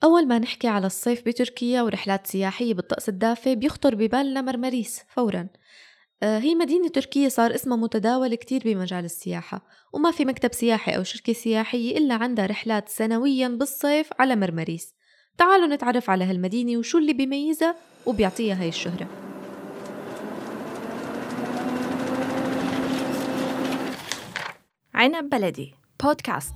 أول ما نحكي على الصيف بتركيا ورحلات سياحية بالطقس الدافئ بيخطر ببالنا مرمريس فوراً. هي مدينة تركية صار اسمها متداول كتير بمجال السياحة، وما في مكتب سياحي أو شركة سياحية إلا عندها رحلات سنوياً بالصيف على مرمريس. تعالوا نتعرف على هالمدينة وشو اللي بيميزها وبيعطيها هاي الشهرة. عنب بلدي بودكاست.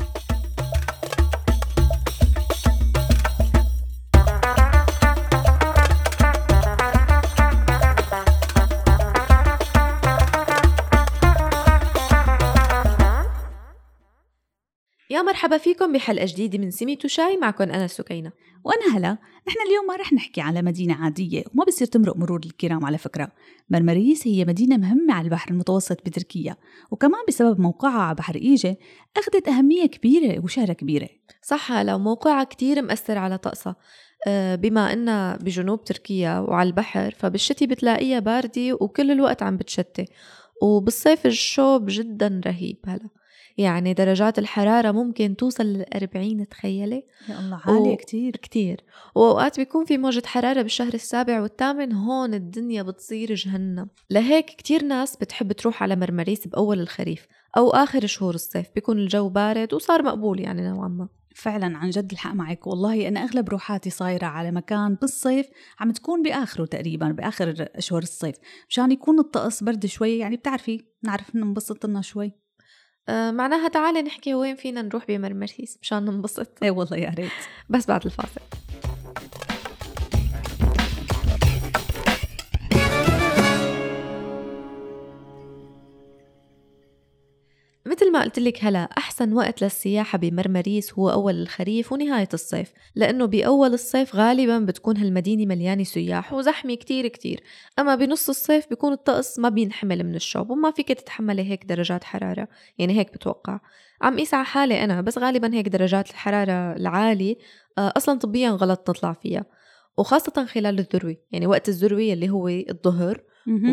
يا مرحبا فيكم بحلقة جديدة من سميت وشاي، معكم أنا سكينة وأنا هلا. نحن اليوم ما رح نحكي على مدينة عادية وما بصير تمرق مرور الكرام. على فكرة مرمريس هي مدينة مهمة على البحر المتوسط بتركيا، وكمان بسبب موقعها على بحر إيجه أخذت أهمية كبيرة وشهرة كبيرة. صح، لو موقعها كتير مأثر على طقسها، بما إنها بجنوب تركيا وعلى البحر، فبالشتي بتلاقيها باردة وكل الوقت عم بتشتي، وبالصيف الشوب جدا رهيب. هلا يعني درجات الحرارة ممكن توصل 40، تخيلي. يا الله، عالية كتير. وأوقات بيكون في موجة حرارة بالشهر السابع والثامن، هون الدنيا بتصير جهنم. لهيك كتير ناس بتحب تروح على مرمريس بأول الخريف أو آخر شهور الصيف، بيكون الجو بارد وصار مقبول يعني نوعا ما. فعلا عن جد الحق معك. والله أنا أغلب روحاتي صايرة على مكان بالصيف عم تكون بآخره تقريبا بآخر أشهر الصيف، مشان يكون الطقس برد شوي، يعني بتعرفي نعرف ننبسط لنا شوي. معناها تعالي نحكي وين فينا نروح بمرمريس مشان ننبسط. اي والله يا ريت، بس بعد الفاصل. مثل ما قلت لك هلا، أحسن وقت للسياحة بمرمريس هو أول الخريف ونهاية الصيف، لأنه بأول الصيف غالباً بتكون هالمدينة مليانة سياح وزحمة كتير، أما بنص الصيف بيكون الطقس ما بينحمل من الشوب وما فيك تتحملي هيك درجات حرارة. يعني هيك بتوقع، عم قيس على حالي أنا، بس غالباً هيك درجات الحرارة العالية أصلاً طبياً غلط نطلع فيها، وخاصة خلال الذروة، يعني وقت الذروة اللي هو الظهر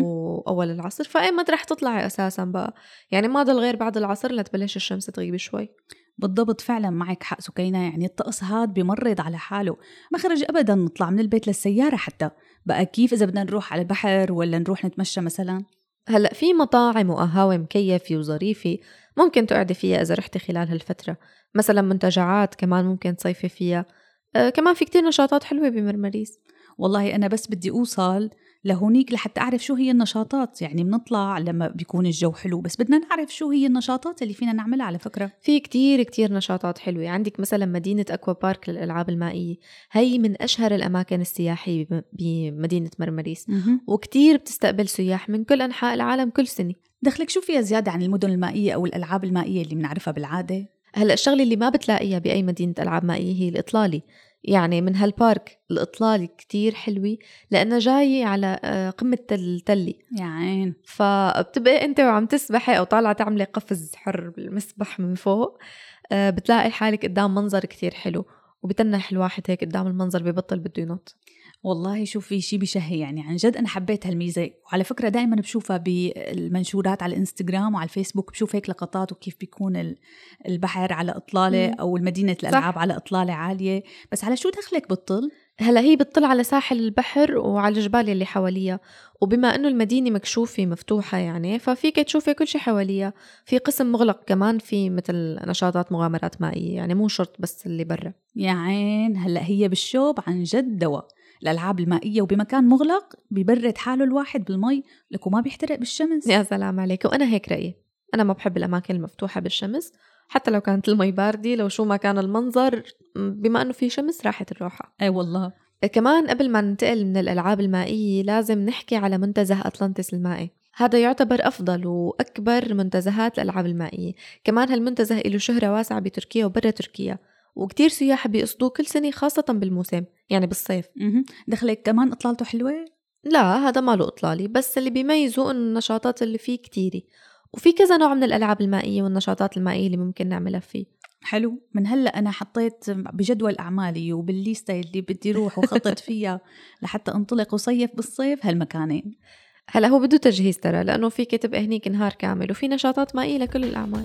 وأول العصر. فأي رح تطلعي أساساً بقى، يعني ما ضل غير بعد العصر لتبلش الشمس تغيب شوي. بالضبط، فعلا معك حق سكينة. يعني الطقس هاد بمرض على حاله، ما خرج أبدا نطلع من البيت للسيارة حتى. بقى كيف إذا بدنا نروح على البحر ولا نروح نتمشى مثلا؟ هلأ في مطاعم وقهاوي مكيفة وظريفة ممكن تقعدي فيها إذا رحتي خلال هالفترة، مثلا منتجعات كمان ممكن تصيفي فيها. كمان في كتير نشاطات حلوة بمرمريس. والله أنا بس بدي أوصل لهونيك لحتى أعرف شو هي النشاطات. يعني بنطلع لما بيكون الجو حلو، بس بدنا نعرف شو هي النشاطات اللي فينا نعملها. على فكرة في كتير نشاطات حلوة. عندك مثلا مدينة أكوا بارك للألعاب المائية، هي من أشهر الأماكن السياحية بمدينة مرمريس، وكتير بتستقبل سياح من كل أنحاء العالم كل سنة. دخلك شو فيها زيادة عن المدن المائية أو الألعاب المائية اللي بنعرفها بالعادة؟ هلأ الشغلة اللي ما بتلاقيها بأي مدينة ألعاب مائية هي الإطلالي. يعني من هالبارك الإطلالي كتير حلوة، لأنها جاية على قمة التلي يعني فبتبقى أنت وعم تسبحي أو طالعة تعملي قفز حر بالمسبح من فوق، بتلاقي حالك قدام منظر كتير حلو، وبتنح الواحد هيك قدام المنظر ببطل بده ينط. والله شوفي شي بشهي. يعني عن جد أنا حبيت هالميزة، وعلى فكرة دائما بشوفها بالمنشورات على الانستغرام وعلى الفيسبوك، بشوف هيك لقطات وكيف بيكون البحر على إطلالة أو المدينة الألعاب صح. على إطلالة عالية. بس على شو دخلك بتطل؟ هلا هي بتطل على ساحل البحر وعلى الجبال اللي حواليها، وبما انه المدينة مكشوفة مفتوحة يعني ففيك تشوفي كل شيء حواليها. في قسم مغلق كمان في مثل نشاطات مغامرات مائية، يعني مو شرط بس اللي برا. يعني هلأ هي بالشوب عن جد دواء الألعاب المائية، وبمكان مغلق بيبرد حاله الواحد بالمي لكو ما بيحترق بالشمس. يا سلام عليك. وأنا هيك رأيي، أنا ما بحب الأماكن المفتوحة بالشمس، حتى لو كانت المي باردة، لو شو ما كان المنظر، بما أنه في شمس راحة الراحة. أي والله. كمان قبل ما ننتقل من الألعاب المائية لازم نحكي على منتزه أطلانتس المائي. هذا يعتبر أفضل وأكبر منتزهات الألعاب المائية. كمان هالمنتزه له شهرة واسعة بتركيا وبرا تركيا، وكتير سياح بيقصدوه كل سنة خاصة بالموسم، يعني بالصيف. دخلك كمان إطلالته حلوة؟ لا هذا ما له إطلالي، بس اللي بيميزه إنه النشاطات اللي فيه كتيرة، وفي كذا نوع من الألعاب المائية والنشاطات المائية اللي ممكن نعملها فيه. حلو. من هلأ أنا حطيت بجدول أعمالي وبالليستة اللي بدي روح وخطط فيها لحتى انطلق وصيف بالصيف هالمكانين. هلا هو بده تجهيز ترى، لأنه فيك تبقى هنيك نهار كامل وفي نشاطات مائية لكل الأعمار.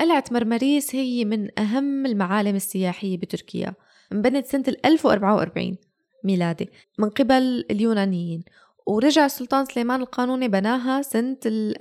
قلعة مرمريس هي من أهم المعالم السياحية بتركيا، انبنت سنة 1044 ميلادي من قبل اليونانيين، ورجع السلطان سليمان القانوني بناها سنة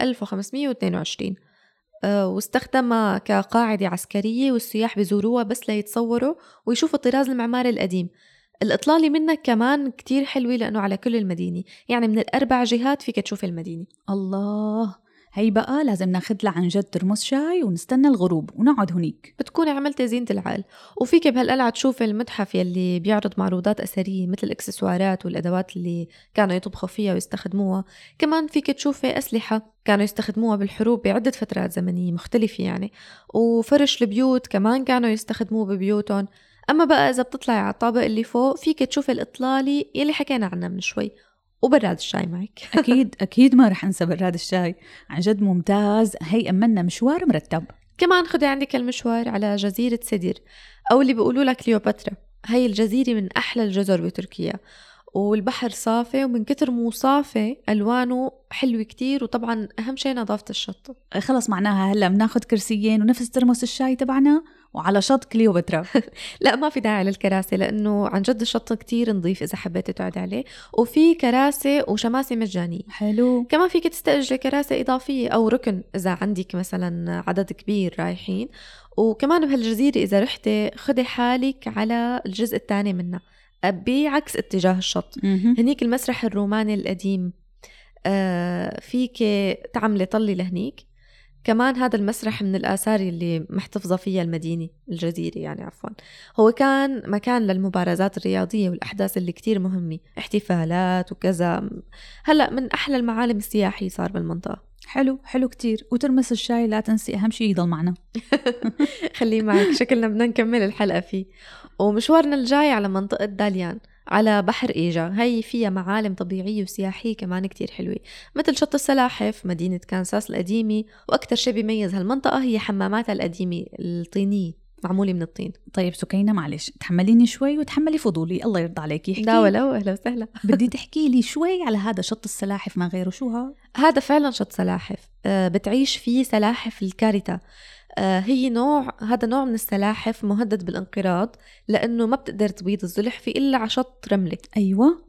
1522 واستخدمها كقاعدة عسكرية، والسياح بيزوروها بس ليتصوروا ويشوفوا الطراز المعماري القديم. الإطلالة منها كمان كتير حلوة لأنه على كل المدينة، يعني من ال4 جهات فيك تشوف المدينة. الله، هي بقى لازم ناخدلا عن جد ترمس شاي ونستنى الغروب ونقعد هنيك. بتكوني عملتي زينة العقل. وفيك بهالقلعة تشوف المتحف يلي بيعرض معروضات أثرية مثل الإكسسوارات والأدوات اللي كانوا يطبخوا فيها ويستخدموها. كمان فيك تشوفي أسلحة كانوا يستخدموها بالحروب بعدة فترات زمنية مختلفة يعني، وفرش البيوت كمان كانوا يستخدموه ببيوتهم. أما بقى إذا بتطلعي على الطابق اللي فوق فيك تشوفي الإطلالة يلي حكينا عنها من شوي، وبراد الشاي معك. أكيد ما رح أنسى براد الشاي، عن جد ممتاز. هي أمنا مشوار مرتب. كمان خدي عندك المشوار على جزيرة سدير أو اللي بيقولوا لك كليوباترا. هاي الجزيرة من أحلى الجزر بتركيا، والبحر صافي، ومن كتر مو صافي ألوانه حلوة كتير، وطبعا أهم شيء نظافة الشط. خلص معناها هلأ بناخد كرسيين ونفس ترمس الشاي تبعنا وعلى شط كليوباترا. لا ما في داعي للكراسي لأنه عن جد الشط كتير نظيف إذا حبيتي تقعد عليه، وفي كراسي وشماسي مجانية. حلو. كمان فيك تستأجري كراسي إضافية أو ركن إذا عندك مثلا عدد كبير رايحين. وكمان بهالجزيرة إذا رحتي خدي حالك على الجزء الثاني منها بعكس اتجاه الشط. هنيك المسرح الروماني القديم، فيك تعملي طلي لهنيك. كمان هذا المسرح من الآثار اللي محتفظة فيها المدينة الجزيرة يعني عفوا، هو كان مكان للمبارزات الرياضية والأحداث اللي كتير مهمة، احتفالات وكذا. هلأ من أحلى المعالم السياحية صار بالمنطقة. حلو كتير. وترمس الشاي لا تنسي، أهم شيء يضل معنا. خليه معك، شكلنا بدنا نكمل الحلقة فيه. ومشوارنا الجاي على منطقة داليان على بحر إيجا، هي فيها معالم طبيعية وسياحية كمان كتير حلوة، مثل شط السلاحف، مدينة كانساس القديمة، وأكتر شيء بيميز هالمنطقة هي حماماتها القديمة الطينية معمولة من الطين. طيب سكينة معلش تحمليني شوي وتحملي فضولي، الله يرضى عليكي. لا ولو، أهلا وسهلا. بدي تحكي لي شوي على هذا شط السلاحف ما غيره، شو هذا فعلا شط سلاحف، بتعيش فيه سلاحف الكاريتا. هي هذا نوع من السلاحف مهدد بالانقراض لأنه ما بتقدر تبيض الزلح فيه إلا على شط رملي. أيوة.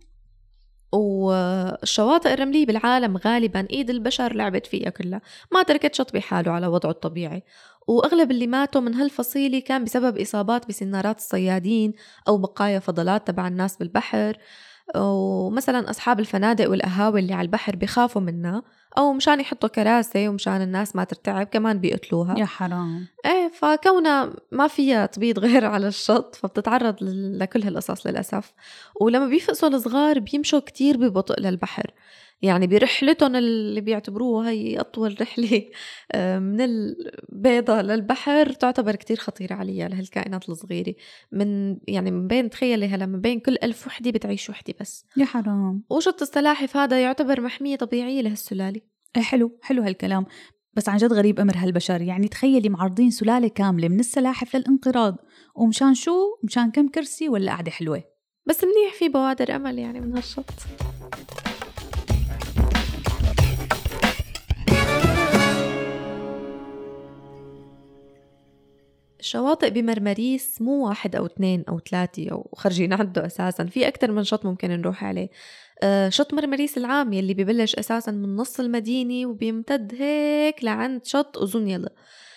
والشواطئ الرملية بالعالم غالبا إيد البشر لعبت فيها كلها، ما تركت شط بحاله على وضعه الطبيعي. وأغلب اللي ماتوا من هالفصيلة كان بسبب إصابات بسنارات الصيادين أو بقايا فضلات تبع الناس بالبحر، ومثلا أصحاب الفنادق والقهاوي اللي على البحر بيخافوا منها، أو مشان يحطوا كراسي ومشان الناس ما ترتعب كمان بيقتلوها. يا حرام. فكونها ما فيها تبيض غير على الشط فبتتعرض لكل هالقصص للأسف. ولما بيفقسوا الصغار بيمشوا كتير ببطء للبحر، يعني برحلتهم اللي بيعتبروها هي أطول رحلة من البيضة للبحر تعتبر كتير خطيرة عليها لهالكائنات الصغيرة. من بين تخيلي هلا من بين كل 1000 وحدة بتعيش وحدة بس. يا حرام. وشط السلاحف هذا يعتبر محمية طبيعية لهالسلالة. حلو هالكلام، بس عن جد غريب أمر هالبشر. يعني تخيلي معرضين سلالة كاملة من السلاحف للانقراض، ومشان شو؟ مشان كم كرسي ولا قعدة حلوة؟ بس منيح في بوادر أمل يعني من هالشط. الشواطئ بمرمريس مو 1 أو 2 أو 3 أو خرجين عنده أساساً، في أكتر من شط ممكن نروح عليه. شط مرمريس العام يلي ببلش أساساً من نص المدينة وبيمتد هيك لعند شط أوزونياlı.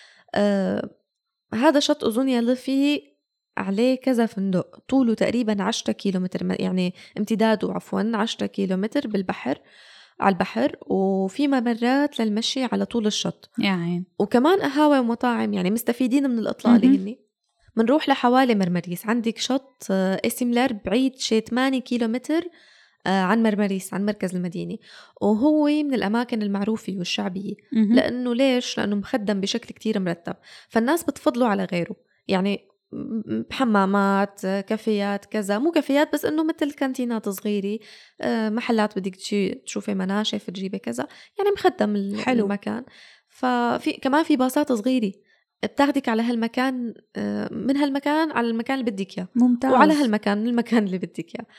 هذا شط أوزونياlı فيه عليه كذا فندق، طوله تقريباً 10 كيلومتر، يعني امتداده 10 كيلومتر بالبحر على البحر، وفي ممرات للمشي على طول الشط يعني. وكمان قهاوي ومطاعم، يعني مستفيدين من الإطلالة هني. منروح لحوالي مرمريس، عندك شط اسملر بعيد شي 8 كيلومتر عن مرمريس، عن مركز المدينة، وهو من الأماكن المعروفة والشعبية. لأنه ليش؟ لأنه مخدم بشكل كتير مرتب، فالناس بتفضلوا على غيره. يعني حمامات، كافيات، كذا، مو كافيات بس إنه مثل كانتينات صغيرة، محلات بدك تشوفي مناشف تجيبي كذا، يعني مخدم المكان. ففي كمان في باصات صغيرة بتاخدك على هالمكان، من هالمكان على المكان اللي بدك إياه، ممتاز. وعلى هالمكان من المكان اللي بدك إياه.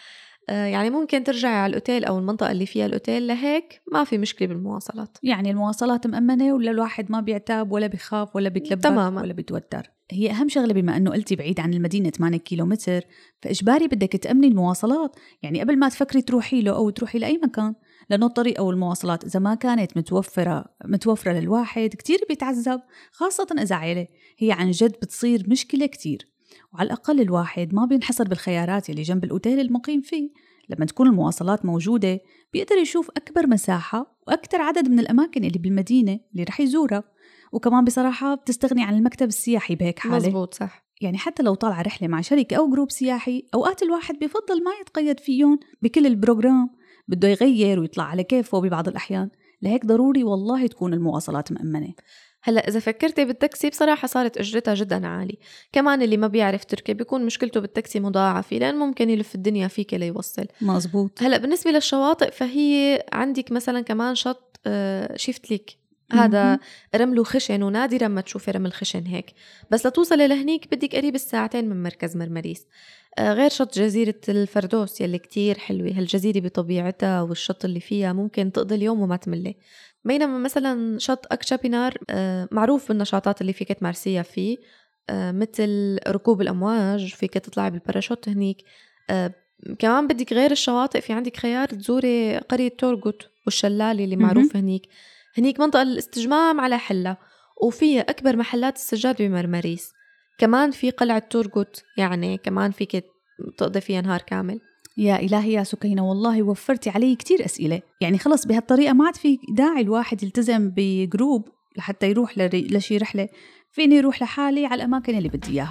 يعني ممكن ترجعي على الأوتيل أو المنطقة اللي فيها الأوتيل، لهيك ما في مشكلة بالمواصلات. يعني المواصلات مأمنة ولا الواحد ما بيعتاب ولا بيخاف ولا بيتلبك تماماً. ولا بيتوتر؟ هي أهم شغلة بما أنه قلتي بعيد عن المدينة 8 كيلومتر، فإجباري بدك تأمني المواصلات، يعني قبل ما تفكري تروحي له أو تروحي لأي مكان، لأنه الطريق أو المواصلات إذا ما كانت متوفرة للواحد كتير بيتعذب، خاصة إذا عائلة. هي عن جد بتصير مشكلة كتير، وعلى الأقل الواحد ما بينحصر بالخيارات اللي جنب الأوتيل المقيم فيه. لما تكون المواصلات موجودة بيقدر يشوف أكبر مساحة وأكتر عدد من الأماكن اللي بالمدينة اللي رح يزورها. وكمان بصراحة بتستغني عن المكتب السياحي بهيك حالة. مزبوط، صح. يعني حتى لو طالع رحلة مع شركة أو جروب سياحي، أوقات الواحد بيفضل ما يتقيد فيهم بكل البروجرام، بده يغير ويطلع على كيفه ببعض الأحيان. لهيك ضروري والله تكون المواصلات مأمنة. هلأ إذا فكرتي بالتاكسي بصراحة صارت أجرتها جدا عالي، كمان اللي ما بيعرف تركب بيكون مشكلته بالتاكسي مضاعفة، لأن ممكن يلف الدنيا فيك ليوصل. مزبوط. هلأ بالنسبة للشواطئ فهي عندك مثلا كمان شط شيفتليك، هذا رمله خشن ونادرا ما تشوفي رمل خشن هيك، بس لتوصلي لهنيك بدك قريب الساعتين من مركز مرمريس. غير شط جزيرة الفردوس يلي كتير حلوة، هالجزيرة بطبيعتها والشط اللي فيها ممكن تقضي اليوم وما تملي. بينما مثلا شط أكشابينار معروف بالنشاطات اللي فيك تمارسيها فيه، مثل ركوب الأمواج، فيك تطلعي بالباراشوت هنيك. كمان بدك غير الشواطئ في عندك خيار تزوري قرية تورغوت والشلالي اللي معروف هنيك منطقة الاستجمام على حلة، وفيها أكبر محلات السجاد بمرمريس. كمان في قلعة تورغوت، يعني كمان فيك تقضي فيها نهار كامل. يا إلهي يا سكينة، والله وفرتي علي كتير أسئلة. يعني خلص بهالطريقة ما عاد في داعي الواحد يلتزم بجروب لحتى يروح لشي رحلة، فيني يروح لحالي على الأماكن اللي بدي إياها.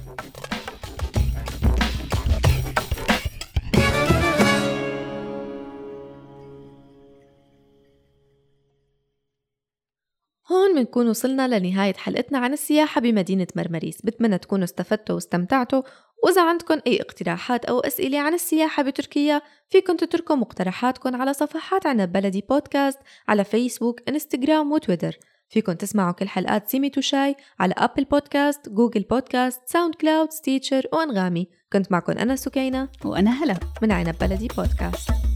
هون بنكون وصلنا لنهاية حلقتنا عن السياحة بمدينة مرمريس. بتمنى تكونوا استفدتوا واستمتعتوا، وإذا عندكم أي اقتراحات أو أسئلة عن السياحة بتركيا فيكن تتركوا مقترحاتكم على صفحات عنب بلدي بودكاست على فيسبوك، انستغرام وتويتر. فيكن تسمعوا كل حلقات سيمي توشاي على أبل بودكاست، جوجل بودكاست، ساوند كلاود، ستيتشر وأنغامي. كنت معكم أنا سكينة وأنا هلا من عنب بلدي بودكاست.